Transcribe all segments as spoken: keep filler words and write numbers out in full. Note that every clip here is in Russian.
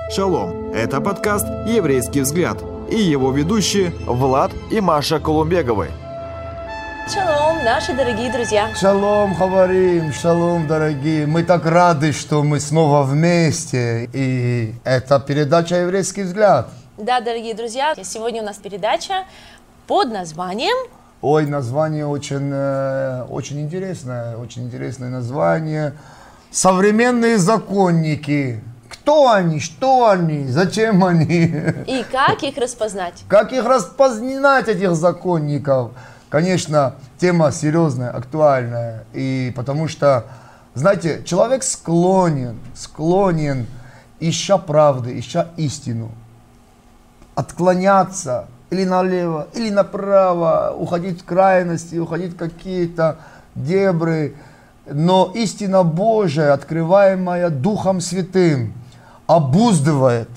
Шалом! Это подкаст «Еврейский взгляд» и его ведущие Влад и Маша Колумбеговы. Шалом, наши дорогие друзья! Шалом, хаварим, шалом, дорогие! Мы так рады, что мы снова вместе, и это передача «Еврейский взгляд». Да, дорогие друзья, сегодня у нас передача под названием... Ой, название очень, очень интересное, очень интересное название. «Современные законники». Кто они, что они, зачем они? И как их распознать? Как их распознать, этих законников? Конечно, тема серьезная, актуальная. И потому что, знаете, человек склонен, склонен, ища правды, ища истину, отклоняться или налево, или направо, уходить в крайности, уходить в какие-то дебри. Но истина Божия, открываемая Духом Святым, обуздывает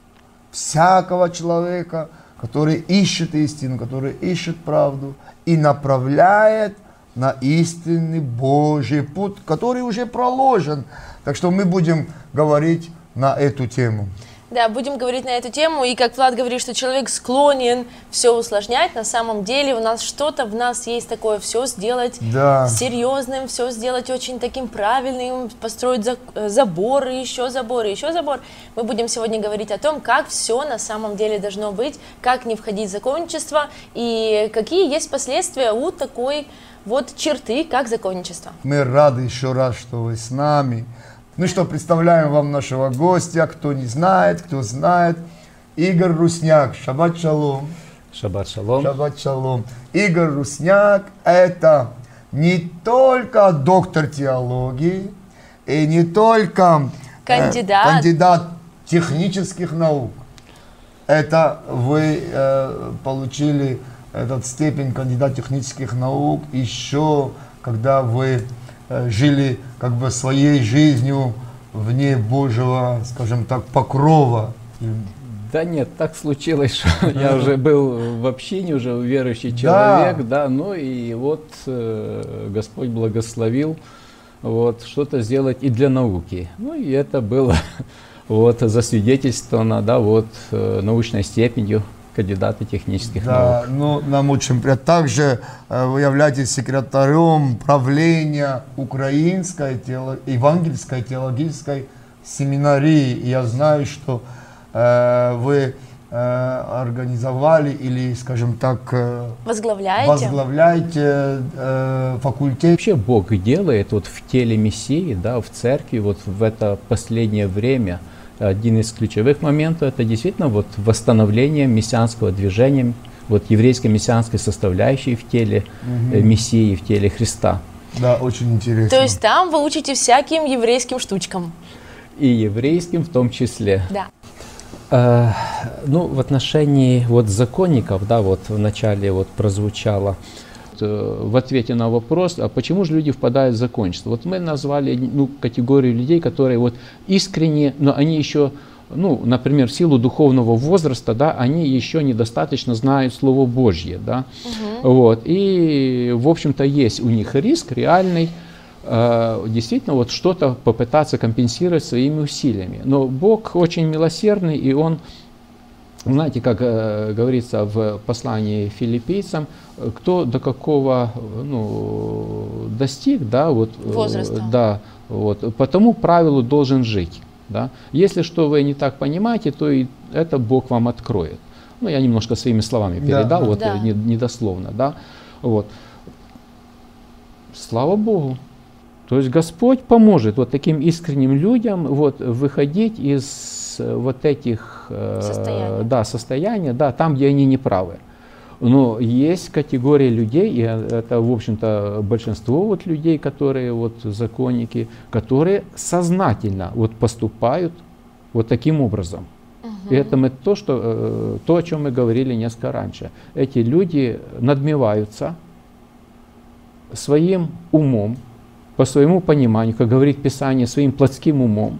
всякого человека, который ищет истину, который ищет правду, и направляет на истинный Божий путь, который уже проложен. Так что мы будем говорить на эту тему. Да, будем говорить на эту тему, и как Влад говорит, что человек склонен все усложнять, на самом деле у нас что-то в нас есть такое, все сделать да. серьезным, все сделать очень таким правильным, построить заборы, еще заборы, еще забор. Мы будем сегодня говорить о том, как все на самом деле должно быть, как не входить в законничество, и какие есть последствия у такой вот черты, как законничество. Мы рады еще раз, что вы с нами. Ну что, представляем вам нашего гостя, кто не знает, кто знает. Игорь Русняк, шаббат шалом. Шаббат шалом. Шаббат шалом. Игорь Русняк – это не только доктор теологии, и не только кандидат, э, кандидат технических наук. Это вы э, получили этот степень кандидат технических наук еще, когда вы жили как бы своей жизнью вне Божьего, скажем так, покрова. Да нет, так случилось, что я уже был в общине, уже верующий человек, да, да ну и вот э, Господь благословил вот что-то сделать и для науки. Ну и это было вот засвидетельствовано, да, вот э, научной степенью кандидата технических да, наук. Ну, нам очень приятно. Также э, вы являетесь секретарем правления Украинской теолог... евангельской теологической семинарии. И я знаю, что э, вы э, организовали или, скажем так, э, возглавляете, возглавляете э, факультет. Вообще Бог делает вот в теле Мессии, да, в церкви, вот в это последнее время. Один из ключевых моментов – это действительно вот восстановление мессианского движения, вот еврейской мессианской составляющей в теле угу. Мессии, в теле Христа. Да, очень интересно. То есть там вы учите всяким еврейским штучкам. И еврейским в том числе. Да. Э, ну, в отношении вот законников, да, вот вначале вот прозвучало в ответе на вопрос, а почему же люди впадают в законничество? Вот мы назвали ну, категорию людей, которые вот искренне, но они еще, ну, например, в силу духовного возраста, да, они еще недостаточно знают Слово Божье, да, угу. вот, и, в общем-то, есть у них риск реальный, э, действительно, вот что-то попытаться компенсировать своими усилиями. Но Бог очень милосердный, и Он, знаете, как э, говорится в послании филиппийцам, кто до какого ну, достиг, да, вот, возраста, э, да, вот, по тому правилу должен жить. Да. Если что вы не так понимаете, то и это Бог вам откроет. Ну, я немножко своими словами передал, да, вот, да. недословно. Да, вот. Слава Богу. То есть Господь поможет вот таким искренним людям вот, выходить из вот этих состояния. Э, да, состояния, да, там, где они неправы. Но есть категория людей, и это, в общем-то, большинство вот людей, которые вот законники, которые сознательно вот поступают вот таким образом. Угу. И это мы то, что, то, о чем мы говорили несколько раньше. Эти люди надмеваются своим умом, по своему пониманию, как говорит Писание, своим плотским умом,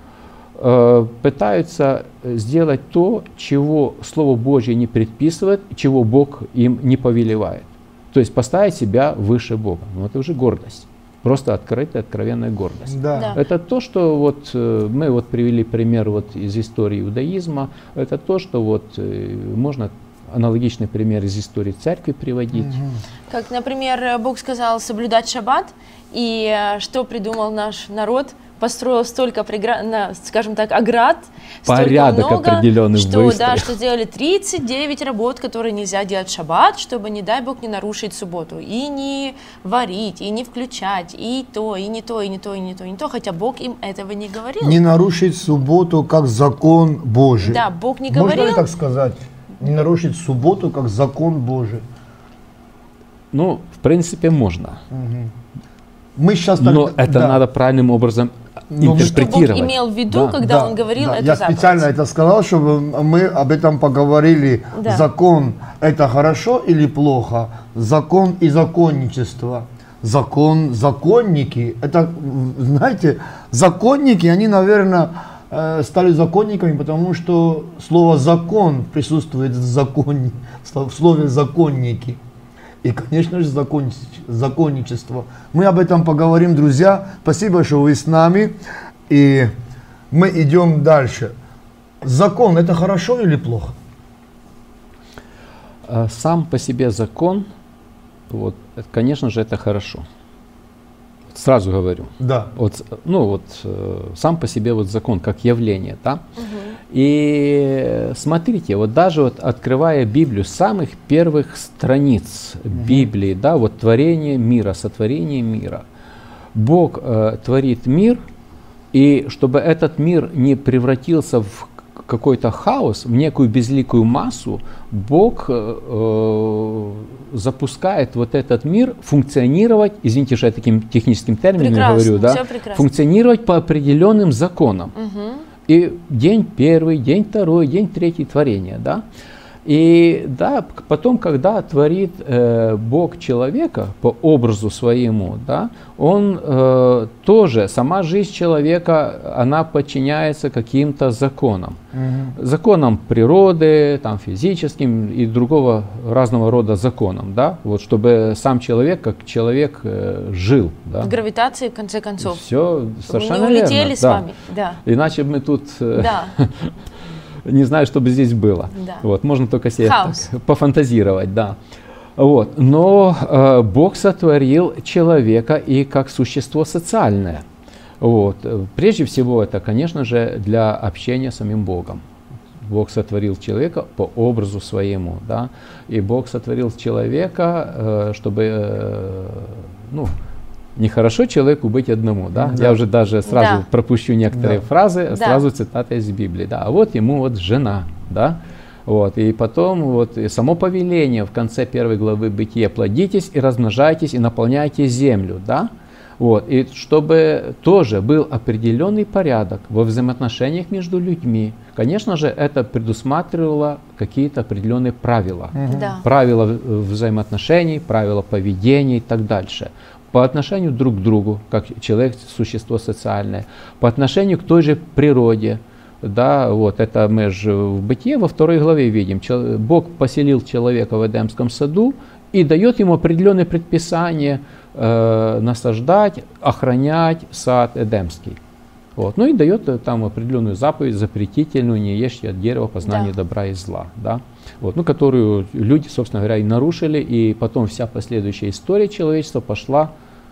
пытаются сделать то, чего Слово Божье не предписывает, чего Бог им не повелевает. То есть поставить себя выше Бога. Ну, это уже гордость. Просто открытая, откровенная гордость. Да. Да. Это то, что вот э, мы вот привели пример вот из истории иудаизма. Это то, что вот э, можно аналогичный пример из истории церкви приводить. Мгм. Как, например, Бог сказал соблюдать шаббат, и э, что придумал наш народ? Построил столько, прегра- на, скажем так, оград, Порядок столько много, определенный что, выстроил. да, что сделали тридцать девять работ, которые нельзя делать в шаббат, чтобы, не дай Бог, не нарушить субботу. И не варить, и не включать, и то, и не то, и не то, и не то, и не то, хотя Бог им этого не говорил. Не нарушить субботу как закон Божий. Да, Бог не Можно говорил. ли так сказать? Не нарушить субботу как закон Божий. Ну, в принципе, можно. Мы сейчас Но так- это да. надо правильным образом Ну, Что Бог интерпретировать. имел в виду, Да. когда Да, Он говорил да. эту Я заповедь. специально это сказал, чтобы мы об этом поговорили. Да. Закон – это хорошо или плохо? Закон и законничество. Закон, законники – это, знаете, законники, они, наверное, э, стали законниками, потому что слово «закон» присутствует в законе, в слове «законники». И, конечно же, законни- законничество. Мы об этом поговорим, друзья. Спасибо, что вы с нами. И мы идем дальше. Закон – это хорошо или плохо? А Сам по себе закон, вот, это, конечно же, это хорошо. Сразу говорю. Да. Вот, ну вот э, сам по себе вот закон как явление, да. И смотрите, вот даже вот открывая Библию, с самых первых страниц Библии, да, вот творение мира, сотворение мира, Бог э, творит мир, и чтобы этот мир не превратился в какой-то хаос, в некую безликую массу, Бог э, э, запускает вот этот мир функционировать, извините, что я таким техническим термином Прекрасно, говорю, да, всё прекрасно. функционировать по определенным законам. И день первый, день второй, день третий творения, да. И да, к- потом, когда творит э, Бог человека по образу своему, да, он э, тоже, сама жизнь человека, она подчиняется каким-то законам. Законам природы, там, физическим и другого разного рода законам, да, вот, чтобы сам человек, как человек, э, жил, да. В гравитации, в конце концов. Все совершенно Мы не улетели верно, с да. вами. Да. Иначе мы тут э, Да. не знаю, что бы здесь было. Да. Вот, можно только себе Хаос. так пофантазировать, да. Вот. Но э, Бог сотворил человека и как существо социальное. Вот. Прежде всего, это, конечно же, для общения с самим Богом. Бог сотворил человека по образу своему, да. И Бог сотворил человека, э, чтобы, э, ну, нехорошо человеку быть одному, да? Да. Я уже даже сразу Да. пропущу некоторые Да. фразы, Да. сразу цитата из Библии, да. А вот ему вот жена, да? Вот, и потом вот и само повеление в конце первой главы Бытия: плодитесь и размножайтесь и наполняйте землю, да? Вот, и чтобы тоже был определенный порядок во взаимоотношениях между людьми. Конечно же, это предусматривало какие-то определенные правила. Да. Правила в- взаимоотношений, правила поведения и так дальше. По отношению друг к другу, как человек – существо социальное, по отношению к той же природе. Да, вот это мы же в Бытие во второй главе видим. Чел- Бог поселил человека в Эдемском саду и дает ему определенные предписания э, насаждать, охранять сад Эдемский. Вот. Ну и дает э, там определенную заповедь запретительную: не ешьте от дерева познания Да. добра и зла, да? Вот. Ну, которую люди, собственно говоря, и нарушили, и потом вся последующая история человечества пошла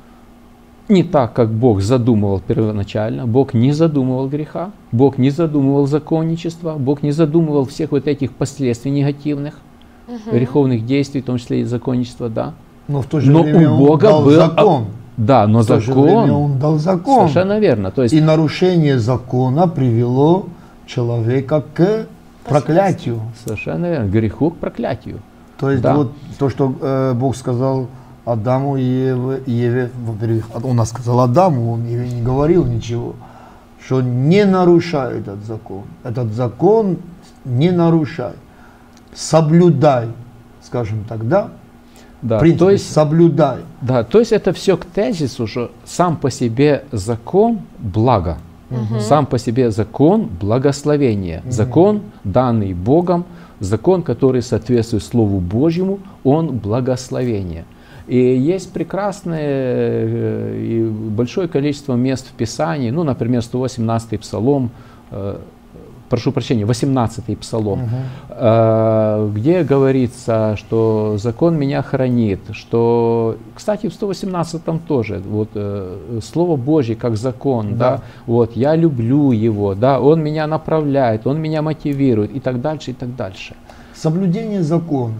не так, как Бог задумывал первоначально. Бог не задумывал греха, Бог не задумывал законничества, Бог не задумывал всех вот этих последствий негативных, греховных действий, в том числе и законничества, да. Но в то же Но время у он Бога дал был, закон. Да, но В то же время закон, он дал закон. совершенно верно. То есть И нарушение закона привело человека к проклятию. совершенно верно, к греху, к проклятию. То есть Да. вот то, что э, Бог сказал Адаму и Еве, Еве, во-первых, он нас сказал Адаму, он Еве не говорил ничего, что не нарушай этот закон. Этот закон не нарушай, соблюдай, скажем так, да? Да, В принципе, то есть, соблюдай. да, то есть это все к тезису, что сам по себе закон благо, сам по себе закон благословение, закон, данный Богом, закон, который соответствует Слову Божьему, он благословение. И есть прекрасное и большое количество мест в Писании, ну, например, сто восемнадцатый Псалом, прошу прощения, восемнадцатый Псалом, uh-huh. где говорится, что закон меня хранит, что, кстати, в сто восемнадцатом тоже, вот, Слово Божье как закон, да. Да, вот, я люблю его, да, он меня направляет, он меня мотивирует и так дальше, и так дальше. Соблюдение закона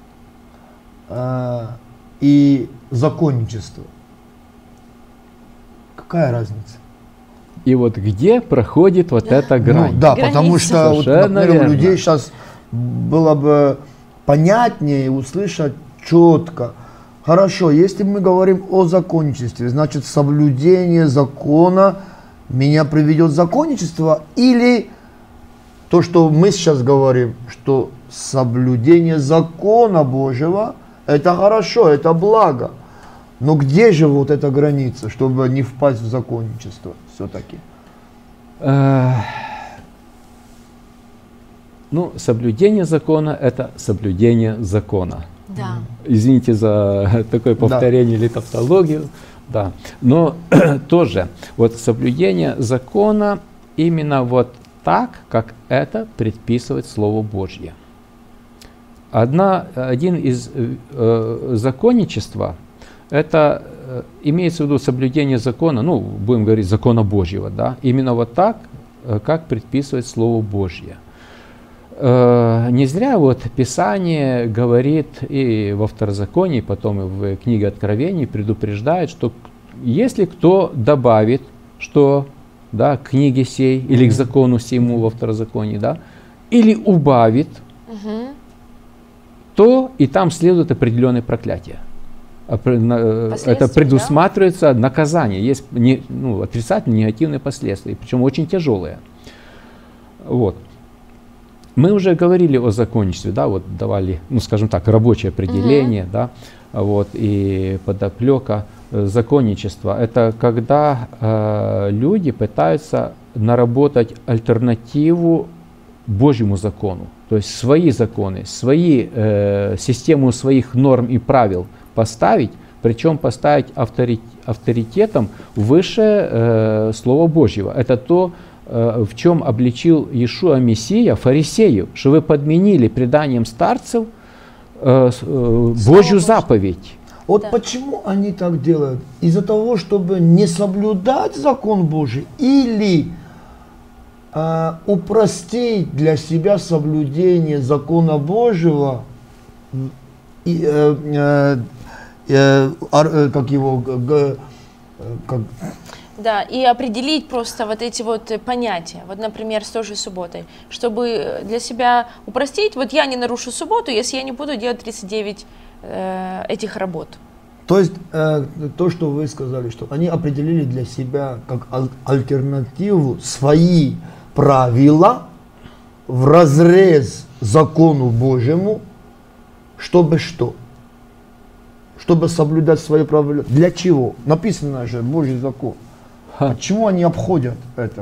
э, и законничество. Какая разница? И вот где проходит вот эта грань? Ну, да, граница. Потому что, вот, например, у людей сейчас было бы понятнее услышать четко. Хорошо, если мы говорим о законничестве, значит соблюдение закона меня приведет в законничество, или то, что мы сейчас говорим, что соблюдение закона Божьего это хорошо, это благо. Но где же вот эта граница, чтобы не впасть в законничество все-таки? Ну, соблюдение закона – это соблюдение закона. Да. Извините за такое повторение, да. Или тавтологию. Да. Но тоже вот соблюдение закона именно вот так, как это предписывает Слово Божье. Одна, один из э, законничества – это э, имеется в виду соблюдение закона, ну, будем говорить, закона Божьего, да, именно вот так, э, как предписывает Слово Божье. Э, не зря вот Писание говорит и во Второзаконии, потом и в книге Откровений предупреждает, что если кто добавит, что, да, к книге сей или к закону сему во Второзаконии, да, или убавит, угу. то и там следует определенное проклятие. Это предусматривается, да? Наказание, есть не, ну, отрицательные, негативные последствия, причем очень тяжелые. Вот. Мы уже говорили о законничестве, да, вот давали, ну, скажем так, рабочее определение, угу. да, вот, и подоплека законничества. Это когда э, люди пытаются наработать альтернативу Божьему закону, то есть свои законы, свои, э, систему своих норм и правил поставить, причем поставить авторит, авторитетом выше э, Слова Божьего. Это то, э, в чем обличил Иешуа Мессия фарисеев, что вы подменили преданием старцев э, э, Божью заповедь. Вот да. Почему они так делают? Из-за того, чтобы не соблюдать закон Божий, или э, упростить для себя соблюдение закона Божьего, и, э, э, э, э, как его, э, как... Да, и определить просто вот эти вот понятия, вот, например, с той же субботой, чтобы для себя упростить, вот я не нарушу субботу, если я не буду делать тридцать девять э, этих работ. То есть э, то, что вы сказали, что они определили для себя как аль- альтернативу свои правила вразрез закону Божьему, чтобы что? Чтобы соблюдать свои правила. Для чего? Написано же Божий закон. Почему они обходят это?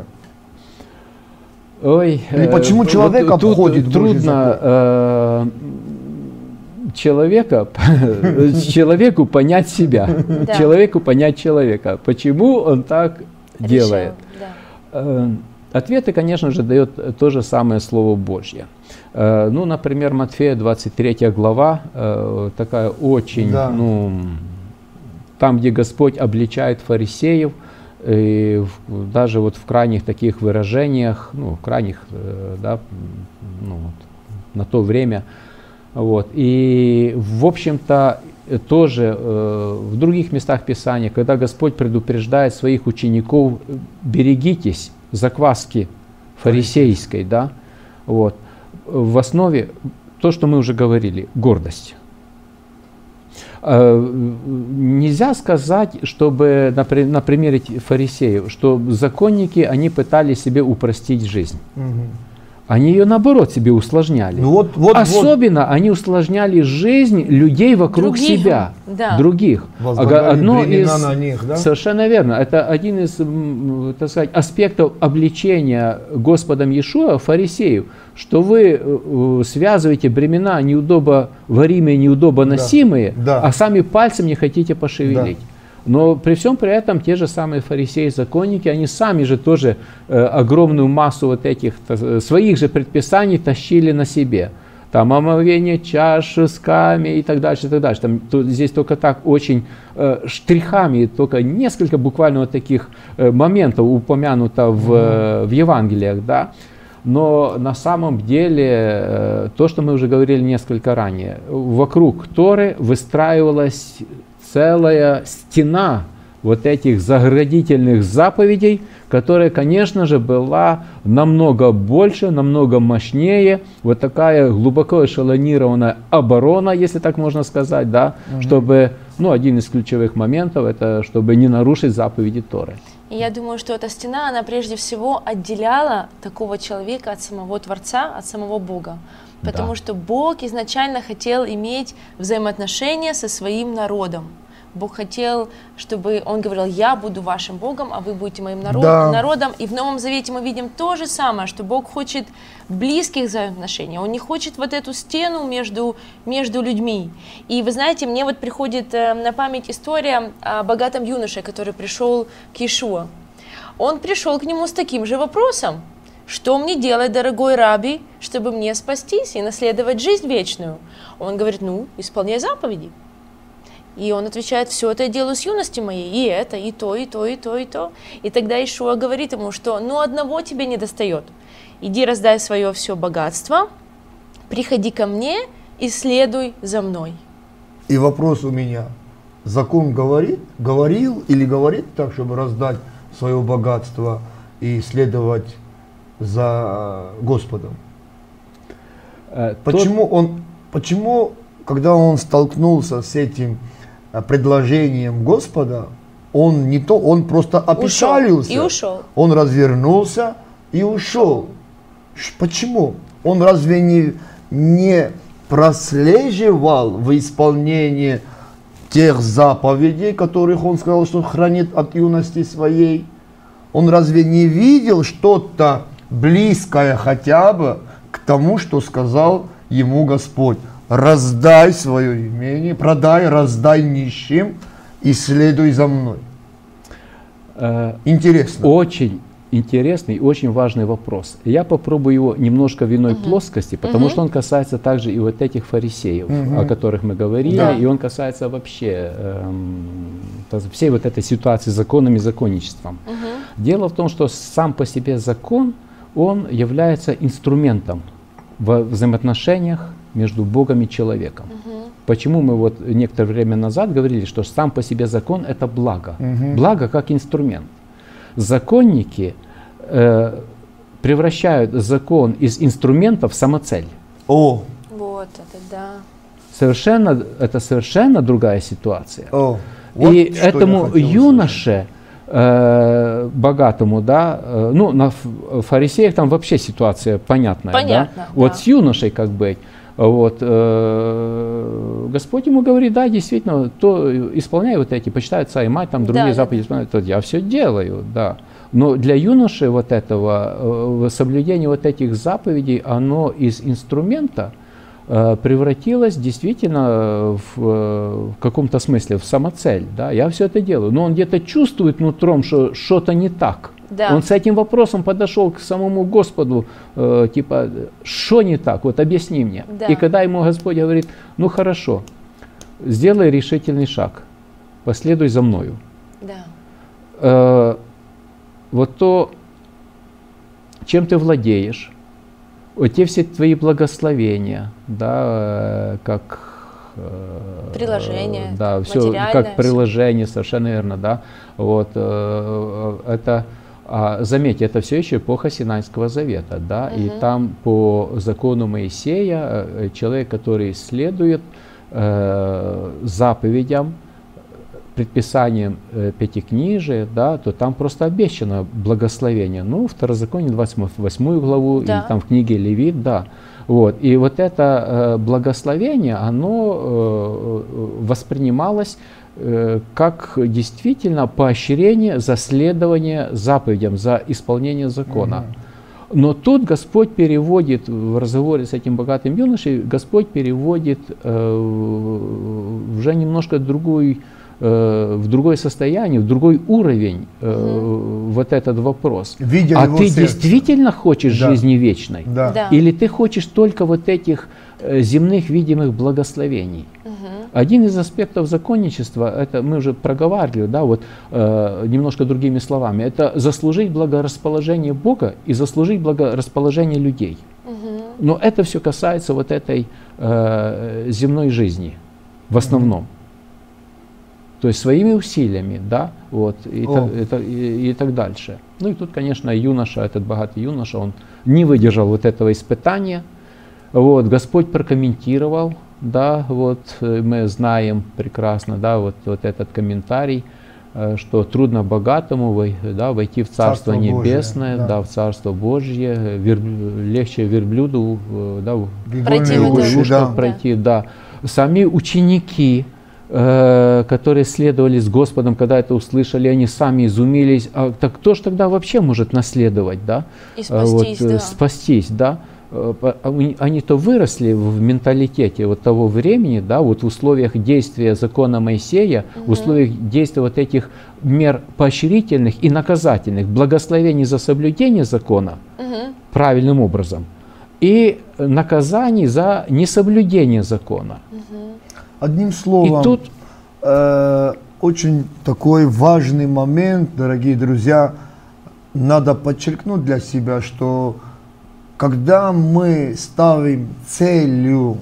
Ой, или почему э, человек вот обходит Божий закон? Э, человека, человеку понять себя, да. человеку понять человека. Почему он так Решил, делает? Да. Ответы, конечно же, дает то же самое Слово Божье. Ну, например, Матфея двадцать третья глава, такая очень, да. ну, там, где Господь обличает фарисеев, и даже вот в крайних таких выражениях, ну, в крайних, да, ну, вот, на то время, вот, и, в общем-то, тоже э, в других местах Писания, когда Господь предупреждает своих учеников, берегитесь закваски фарисейской, да, вот, в основе то, что мы уже говорили, гордость. Нельзя сказать, чтобы на, на примере фарисеев, что законники, они пытались себе упростить жизнь. Угу. Они ее, наоборот, себе усложняли. Ну вот, вот, Особенно вот. они усложняли жизнь людей вокруг Других, себя, да. других. Возлагали Одно бремена из, на них, да? Совершенно верно. Это один из, м, так сказать, аспектов обличения Господом Иешуа фарисеев, что вы э, связываете бремена неудобоваримые, неудобоносимые, Да, да. а сами пальцем не хотите пошевелить. Да. Но при всем при этом те же самые фарисеи, законники, они сами же тоже э, огромную массу вот этих э, своих же предписаний тащили на себе. Там омовение чаш, сками и так дальше, и так дальше. Там, то, здесь только так очень э, штрихами, только несколько буквально вот таких э, моментов упомянуто в, э, в Евангелиях, да. Но на самом деле, э, то, что мы уже говорили несколько ранее, вокруг Торы выстраивалась целая стена вот этих заградительных заповедей, которая, конечно же, была намного больше, намного мощнее. Вот такая глубоко эшелонированная оборона, если так можно сказать, да, угу. чтобы, ну, один из ключевых моментов, это чтобы не нарушить заповеди Торы. И я думаю, что эта стена, она прежде всего отделяла такого человека от самого Творца, от самого Бога. Потому да. что Бог изначально хотел иметь взаимоотношения со своим народом. Бог хотел, чтобы Он говорил: я буду вашим Богом, а вы будете моим народ, да. народом. И в Новом Завете мы видим то же самое, что Бог хочет близких взаимоотношений. Он не хочет вот эту стену между, между людьми. И вы знаете, мне вот приходит на память история о богатом юноше, который пришел к Иешуа. Он пришел к нему с таким же вопросом: что мне делать, дорогой раби, чтобы мне спастись и наследовать жизнь вечную? Он говорит: ну, исполняй заповеди. И он отвечает: все это я делаю с юности моей, и это, и то, и то, и то, и то. И тогда Иешуа говорит ему, что ну одного тебе не достает. Иди раздай свое все богатство, приходи ко мне и следуй за мной. И вопрос у меня: закон говорит, говорил или говорит так, чтобы раздать свое богатство и следовать за Господом? Э, почему тот... он, почему, когда он столкнулся с этим предложением Господа, он не то, он просто опечалился. Ушел. И ушел. Он развернулся и ушел. Почему? Он разве не, не прослеживал в исполнении тех заповедей, которых он сказал, что хранит от юности своей? Он разве не видел что-то близкое хотя бы к тому, что сказал ему Господь? Раздай свое имение, продай, раздай нищим и следуй за мной. Интересно. Очень интересный и очень важный вопрос. Я попробую его немножко в иной uh-huh. плоскости, потому uh-huh. что он касается также и вот этих фарисеев, uh-huh. о которых мы говорили, да. и он касается вообще эм, всей вот этой ситуации с законом и законничеством. Uh-huh. Дело в том, что сам по себе закон, он является инструментом во взаимоотношениях между Богом и человеком. Uh-huh. Почему мы вот некоторое время назад говорили, что сам по себе закон — это благо. Uh-huh. Благо как инструмент. Законники э, превращают закон из инструмента в самоцель. О. Вот это да. Совершенно, это совершенно другая ситуация. О. Вот и этому юноше, э, богатому, да, э, ну на фарисеях там вообще ситуация понятная. Понятно, да? Да. Вот с юношей как быть. Вот, э, Господь ему говорит: да, действительно, то исполняй вот эти, почитай отца и мать, там другие да, заповеди да. исполняй, то я все делаю, да. Но для юноши вот этого, э, соблюдение вот этих заповедей, оно из инструмента э, превратилось действительно в, в каком-то смысле в самоцель, да, я все это делаю, но он где-то чувствует нутром, что что-то не так. Да. Он с этим вопросом подошел к самому Господу, э, типа, что не так, вот объясни мне. Да. И когда ему Господь говорит: ну хорошо, сделай решительный шаг, последуй за мною. Да. Э, вот то, чем ты владеешь, вот те все твои благословения, да, э, как... Приложение, да, все как приложение, совершенно верно, да. Вот, э, это... А, заметьте, это все еще эпоха Синайского завета, да, uh-huh. и там по закону Моисея человек, который следует э, заповедям, предписаниям э, Пятикнижия, да, то там просто обещано благословение. Ну, Второзаконие, двадцать восьмую главу, Да. или там в книге Левит, да. Вот. И вот это э, благословение, оно э, воспринималось э, как действительно поощрение за следование заповедям, за исполнение закона. Но тут Господь переводит, в разговоре с этим богатым юношей, Господь переводит э, уже немножко другой, э, в другое состояние, в другой уровень э, mm-hmm. вот этот вопрос. Видя а его ты сердце. Действительно хочешь Да. жизни вечной? Да. Да. Или ты хочешь только вот этих э, земных видимых благословений? Мгм. Один из аспектов законничества, это мы уже проговаривали, да, вот э, немножко другими словами, это заслужить благорасположение Бога и заслужить благорасположение людей. Мгм. Но это все касается вот этой э, земной жизни в основном. То есть своими усилиями, да, вот, и, О. так, и, так- и- и так дальше. Ну и тут, конечно, юноша, этот богатый юноша, он не выдержал вот этого испытания. Вот, Господь прокомментировал, да, вот э, мы знаем прекрасно, да, вот, вот этот комментарий, э, что трудно богатому вой- да, войти в Царство, Царство Божие, Небесное, да. да. в Царство Божье, э, верб- легче верблюду, э, да, в Пройти Игольные в эту гущи, гущу, да. пройти, да. Сами ученики, э, которые следовали с Господом, когда это услышали, они сами изумились. А так кто же тогда вообще может наследовать, да? И А, спастись, вот, э, да. спастись, да? Э, по- а уни- Они-то выросли в менталитете вот того времени, да, вот в условиях действия закона Моисея, в условиях действия вот этих мер поощрительных и наказательных, благословений за соблюдение закона Мгм. правильным образом и наказаний за несоблюдение закона. Одним словом, И тут э, очень такой важный момент, дорогие друзья, надо подчеркнуть для себя, что когда мы ставим целью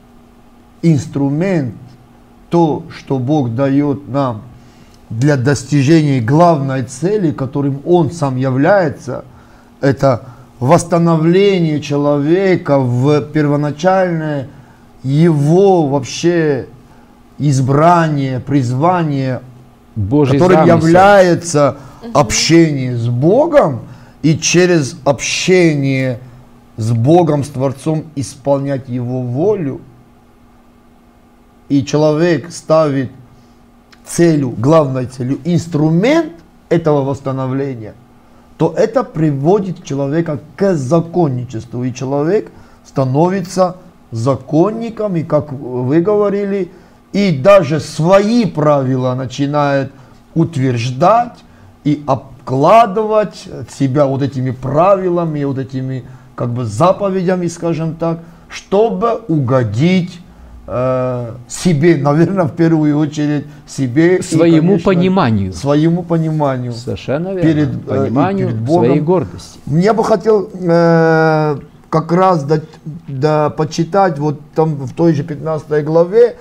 инструмент, то, что Бог дает нам для достижения главной цели, которым Он сам является, это восстановление человека в первоначальное его вообще избрание, призвание, Божий которым замысел. является общение с Богом, и через общение с Богом, с Творцом исполнять Его волю. И человек ставит целью, главной целью, инструмент этого восстановления, то это приводит человека к законничеству. И человек становится законником, и, как вы говорили, и даже свои правила начинает утверждать и обкладывать себя вот этими правилами, вот этими как бы заповедями, скажем так, чтобы угодить э, себе, наверное, в первую очередь себе. и, Своему конечно, пониманию. Своему пониманию. Совершенно верно. Перед, э, и Пониманию перед Богом. своей гордости. Я бы хотел э, как раз да, да, почитать вот там в той же пятнадцатой главе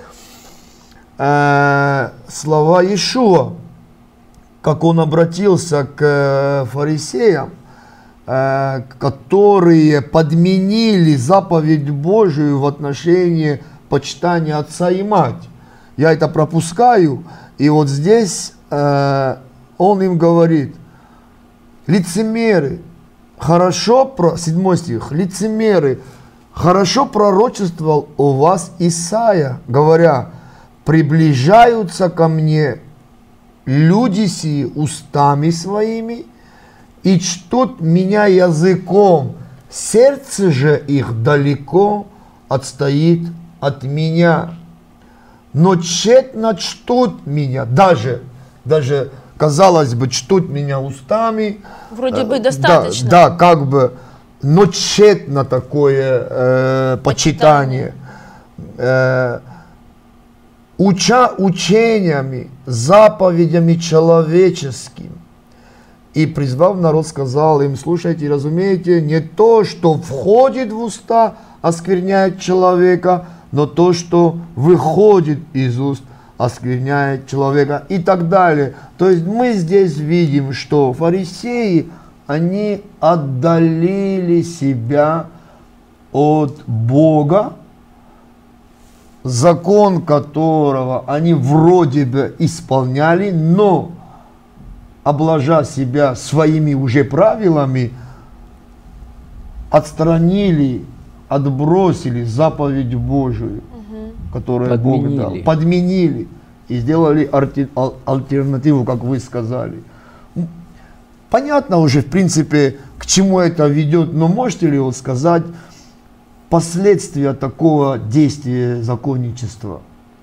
э, слова Иешуа, как он обратился к э, фарисеям, э, которые подменили заповедь Божию в отношении почитания отца и мать. Я это пропускаю, и вот здесь э, он им говорит: лицемеры, хорошо, про, седьмой стих, лицемеры, хорошо пророчествовал о вас Исаия, говоря: приближаются ко мне люди сии устами своими и чтут меня языком, сердце же их далеко отстоит от меня. Но тщетно чтут меня, даже, даже казалось бы, чтут меня устами. Вроде бы Э, достаточно. Да, да, как бы, но тщетно такое э, почитание. Э, уча учениями, заповедями человеческими. И призвав народ, сказал им: слушайте, разумеете, не то, что входит в уста, оскверняет человека, но то, что выходит из уст, оскверняет человека, и так далее. То есть мы здесь видим, что фарисеи, они отдалили себя от Бога закон которого они вроде бы исполняли, но, обложа себя своими уже правилами, отстранили, отбросили заповедь Божию, угу. которую подменили. Бог дал, подменили и сделали альтернативу, как вы сказали. Понятно уже, в принципе, к чему это ведет, но можете ли вы сказать последствия такого действия законничества?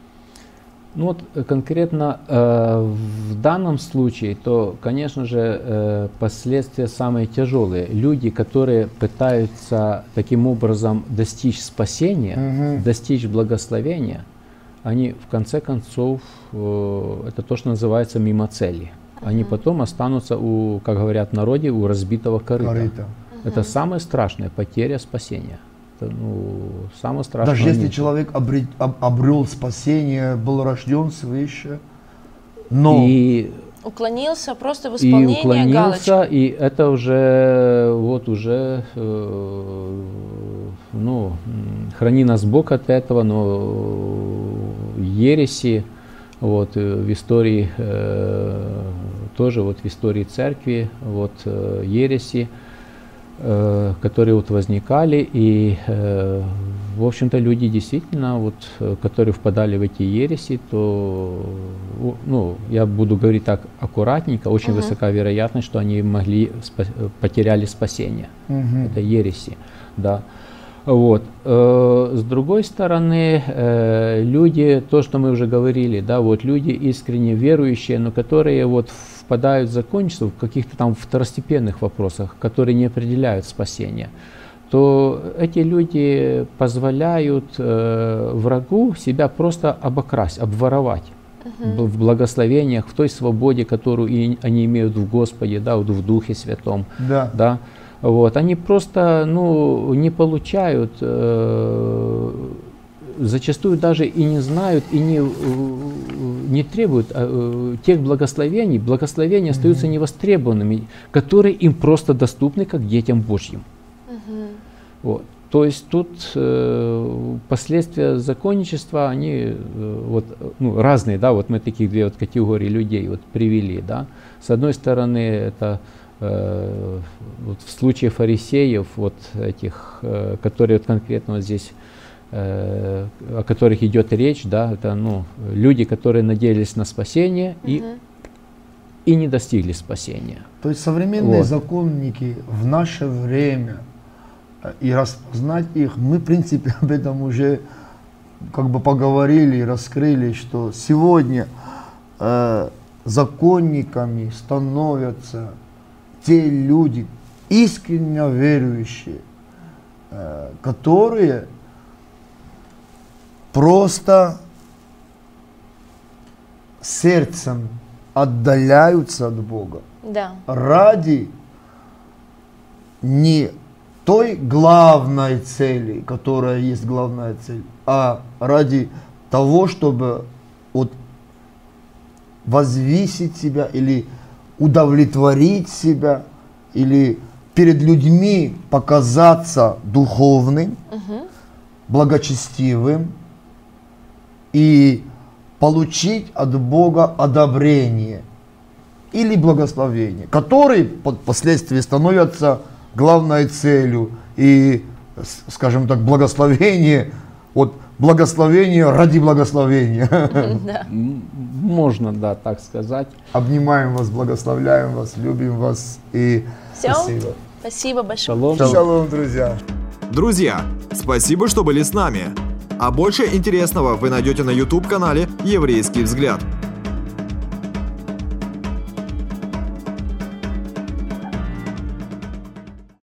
Ну вот конкретно э, в данном случае, то, конечно же, э, последствия самые тяжелые. Люди, которые пытаются таким образом достичь спасения, угу. достичь благословения, они в конце концов, э, это то, что называется мимо цели. Они потом останутся, у, как говорят в народе, у разбитого корыта. корыта. Угу. Это самая страшная потеря спасения. Это, ну, самое страшное. Даже если человек обрел, об, обрел спасение, был рожден свыше, но и уклонился просто в исполнении и уклонился, галочки. И это уже вот уже э, ну храни нас Бог от этого, но ереси. Вот, в истории, э, тоже вот в истории церкви, вот, э, ереси, э, которые вот возникали, и, э, в общем-то, люди действительно, вот, которые впадали в эти ереси, то, ну, я буду говорить так аккуратненько, очень uh-huh. высока вероятность, что они могли, спа- потеряли спасение. Uh-huh. Это ереси, да. Вот. С другой стороны, люди, то, что мы уже говорили, да, вот люди искренне верующие, но которые вот впадают в законничество в каких-то там второстепенных вопросах, которые не определяют спасение, то эти люди позволяют врагу себя просто обокрасть, обворовать uh-huh. в благословениях, в той свободе, которую они имеют в Господе, да, вот в Духе Святом. Да. Да. Вот, они просто ну, не получают, э, зачастую даже и не знают, и не, не требуют э, тех благословений, благословения mm-hmm. остаются невостребованными, которые им просто доступны как детям Божьим. Mm-hmm. Вот. То есть тут э, последствия законничества, они э, вот, ну, разные, да, вот мы таких две вот категории людей вот привели, да. С одной стороны, это вот в случае фарисеев, вот этих, которые вот конкретно вот здесь, о которых идет речь, да, это ну, люди, которые надеялись на спасение и, угу. и не достигли спасения. То есть современные вот. законники в наше время, и распознать их, мы в принципе об этом уже как бы поговорили и раскрыли, что сегодня э, законниками становятся те люди, искренне верующие, которые просто сердцем отдаляются от Бога да. ради не той главной цели, которая есть главная цель, а ради того, чтобы вот возвысить себя или удовлетворить себя, или перед людьми показаться духовным, угу. благочестивым и получить от Бога одобрение или благословение, которые впоследствии становятся главной целью. И, скажем так, благословение, вот благословение ради благословения. Да. Можно, да, так сказать. Обнимаем вас, благословляем вас, любим вас и Все. Спасибо. Спасибо большое. Шалом. Шалом, друзья. Друзья, спасибо, что были с нами. А больше интересного вы найдете на YouTube-канале «Еврейский взгляд».